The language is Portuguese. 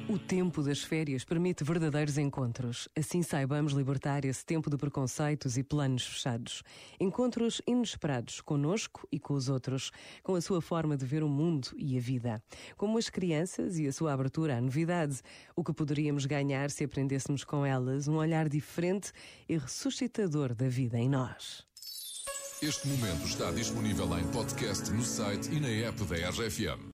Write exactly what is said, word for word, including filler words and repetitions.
O tempo das férias permite verdadeiros encontros. Assim saibamos libertar esse tempo de preconceitos e planos fechados. Encontros inesperados conosco e com os outros, com a sua forma de ver o mundo e a vida. Como as crianças e a sua abertura à novidade. O que poderíamos ganhar se aprendêssemos com elas um olhar diferente e ressuscitador da vida em nós. Este momento está disponível em podcast no site e na app da R F M.